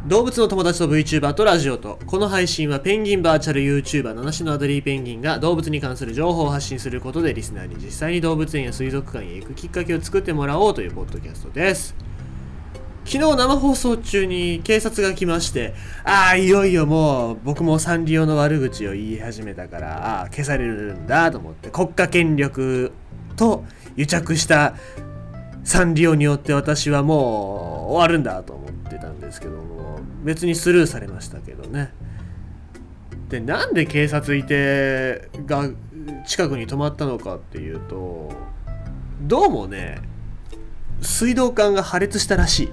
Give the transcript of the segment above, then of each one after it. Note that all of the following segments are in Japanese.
動物の友達と VTuber とラジオと、この配信はペンギンバーチャル YouTuber 七種のアドリーペンギンが動物に関する情報を発信することでリスナーに実際に動物園や水族館へ行くきっかけを作ってもらおうというポッドキャストです。昨日生放送中に警察が来まして、いよいよもう僕もサンリオの悪口を言い始めたから、消されるんだと思って、国家権力と癒着したサンリオによって私はもう終わるんだと思ってたんですけども、別にスルーされましたけどね。で、なんで警察いてが近くに止まったのかっていうと、どうもね、水道管が破裂したらしい。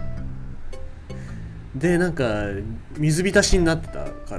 で、なんか水浸しになってたから、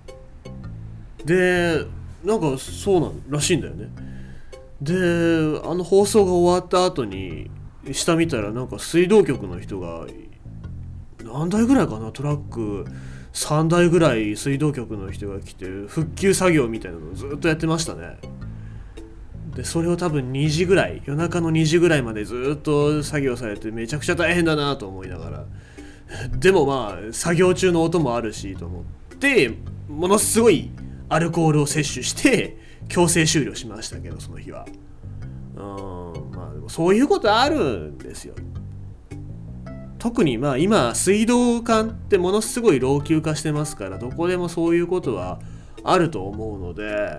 で、なんかそうなんらしいんだよね。で、放送が終わった後に下見たら、なんか水道局の人が何台ぐらいかな、トラック3台ぐらい水道局の人が来て復旧作業みたいなのをずっとやってましたね。で、それを多分2時ぐらい、夜中の2時ぐらいまでずっと作業されて、めちゃくちゃ大変だなと思いながら、でもまあ作業中の音もあるしと思って、ものすごいアルコールを摂取して強制終了しましたけど、その日はまあでもそういうことあるんですよ。特にまあ今水道管ってものすごい老朽化してますから、どこでもそういうことはあると思うので、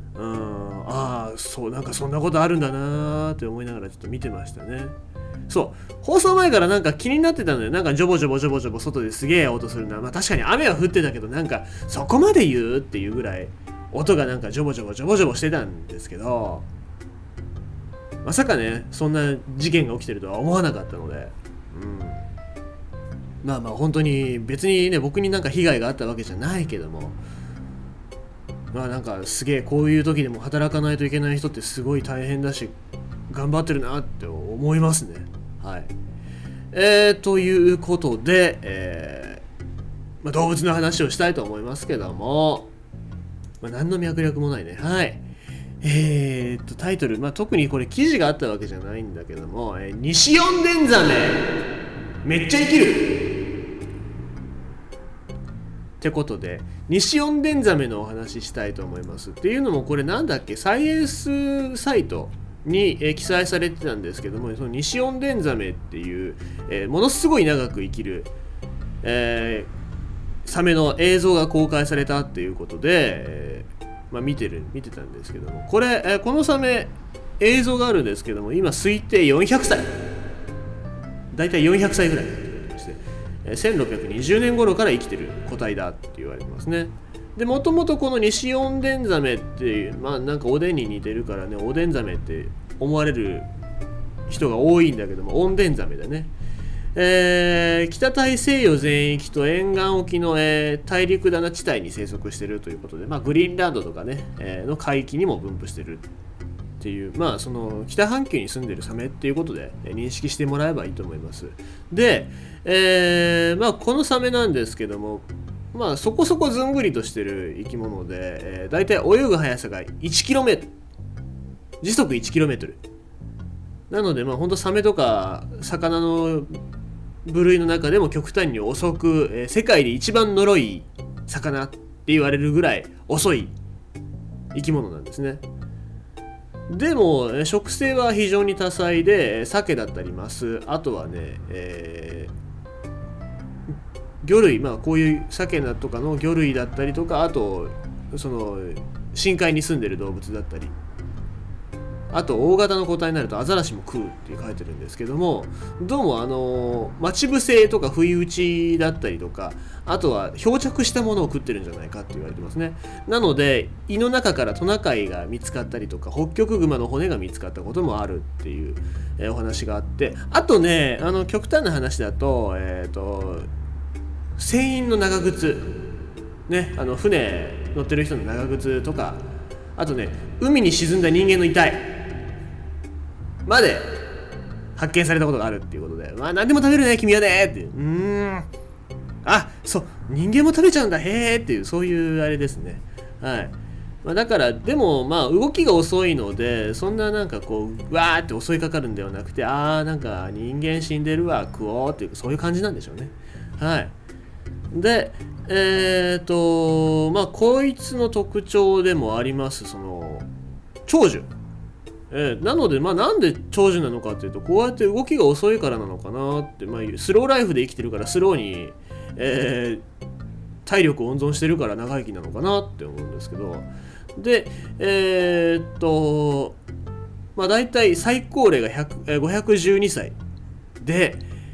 そう、なんかそんなことあるんだなーって思いながらちょっと見てましたね。そう、放送前からなんか気になってたのよ。なんかジョボジョボジョボジョボ外ですげえ音するな。まあ確かに雨は降ってたけど、なんかそこまで言うっていうぐらい音がなんかジョボジョボジョボジョボしてたんですけど、まさかね、そんな事件が起きてるとは思わなかったので、まあ本当に別にね、僕になんか被害があったわけじゃないけども、まあなんかすげえこういう時でも働かないといけない人ってすごい大変だし、頑張ってるなって思いますね。はい。ということで、動物の話をしたいと思いますけども、何の脈絡もないね。はい。タイトル、特にこれ記事があったわけじゃないんだけども、西四伝ザメめっちゃ生きるってことで、西四伝ザメのお話ししたいと思います。っていうのも、これなんだっけ、サイエンスサイトに、記載されてたんですけども、その西四伝ザメっていう、ものすごい長く生きる、サメの映像が公開されたっていうことで、見てたんですけども、このサメ映像があるんですけども、今推定400歳、だいたい400歳ぐらいになってまして、1620年頃から生きてる個体だって言われてますね。で、もともとこの西四伝ザメっていう、なんかおでんに似てるからね、おでんザメって思われる人が多いんだけども、温伝ザメだね。北大西洋全域と沿岸沖の、大陸棚地帯に生息しているということで、グリーンランドとかね、の海域にも分布しているっていう、その北半球に住んでいるサメっていうことで、認識してもらえばいいと思います。で、このサメなんですけども、そこそこずんぐりとしてる生き物で、だいたい泳ぐ速さが 1km、 時速 1km なので、ほんとサメとか魚の部類の中でも極端に遅く、世界で一番脆い魚って言われるぐらい遅い生き物なんですね。でも食性は非常に多彩で、鮭だったりマス、あとはね、魚類、こういう鮭だとかの魚類だったりとか、あとその深海に住んでる動物だったり、あと大型の個体になるとアザラシも食うって書いてるんですけども、どうも待ち伏せとか不意打ちだったりとか、あとは漂着したものを食ってるんじゃないかって言われてますね。なので胃の中からトナカイが見つかったりとか、ホッキョクグマの骨が見つかったこともあるっていう、お話があって、あとね、極端な話だと、船員の長靴ね、船乗ってる人の長靴とか、あとね、海に沈んだ人間の遺体まで発見されたことがあるっていうことで、何でも食べるね君はねっていう、そう、人間も食べちゃうんだへーっていう、そういうあれですね。はい。だからでも動きが遅いので、そんななんかこうわーって襲いかかるんではなくて、なんか人間死んでるわ食おうっていう、そういう感じなんでしょうね。はい。 でまあこいつの特徴でもありますその長寿、なのでまあなんで長寿なのかっていうとこうやって動きが遅いからなのかなって、まあ、スローライフで生きてるからスローに、体力を温存してるから長生きなのかなって思うんですけど、でまあ大体最高齢が512歳で、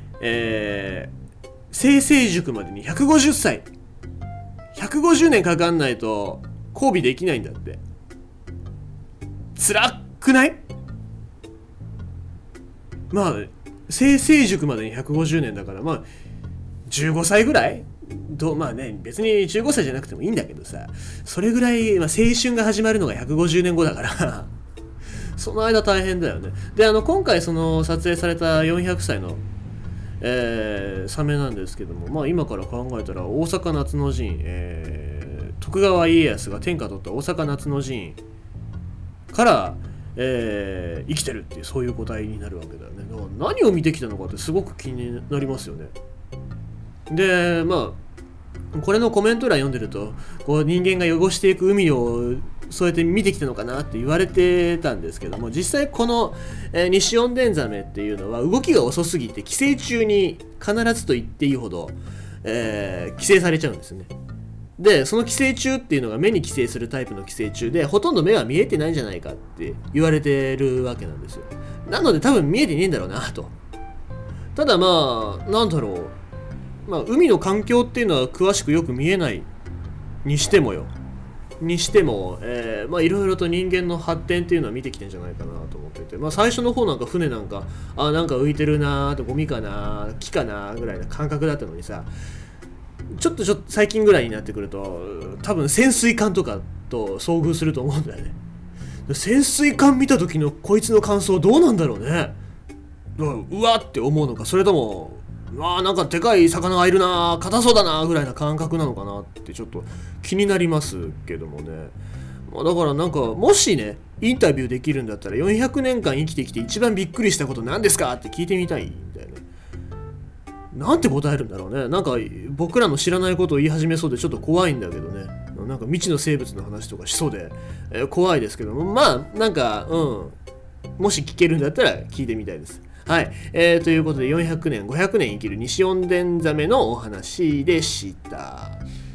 生成塾までに150歳150年かかんないと交尾できないんだって。辛くない？まあ生成塾までに150年だからまあ15歳ぐらいまあね別に15歳じゃなくてもいいんだけどさ、それぐらい、まあ、青春が始まるのが150年後だからその間大変だよね。で今回その撮影された400歳のサメなんですけども、まあ今から考えたら大坂夏の陣、徳川家康が天下取った大坂夏の陣から、生きてるっていうそういう個体になるわけだよね。だから何を見てきたのかってすごく気になりますよね。でまあこれのコメント欄読んでるとこう人間が汚していく海をそうやって見てきたのかなって言われてたんですけども、実際この、西オンデンザメっていうのは動きが遅すぎて寄生虫に必ずと言っていいほど、寄生されちゃうんですね。でその寄生虫っていうのが目に寄生するタイプの寄生虫でほとんど目は見えてないんじゃないかって言われてるわけなんですよ。なので多分見えてねえんだろうなと。ただまあなんだろう、まあ海の環境っていうのは詳しくよく見えないにしてもまあいろいろと人間の発展っていうのは見てきてんじゃないかなと思っていて、まあ最初の方なんか船なんかなんか浮いてるなーとゴミかな木かなぐらいな感覚だったのにさ、ちょっと最近ぐらいになってくると多分潜水艦とかと遭遇すると思うんだよね。潜水艦見た時のこいつの感想どうなんだろうね。うわって思うのか、それともなんかでかい魚がいるな硬そうだなぐらいな感覚なのかなってちょっと気になりますけどもね。だからなんかもしねインタビューできるんだったら400年間生きてきて一番びっくりしたこと何ですかって聞いてみたいんだよね。なんて答えるんだろうね。なんか僕らの知らないことを言い始めそうでちょっと怖いんだけどね。なんか未知の生物の話とかしそうで、怖いですけども、まあなんかもし聞けるんだったら聞いてみたいです。はい、ということで400年500年生きる西オンデンザメのお話でした。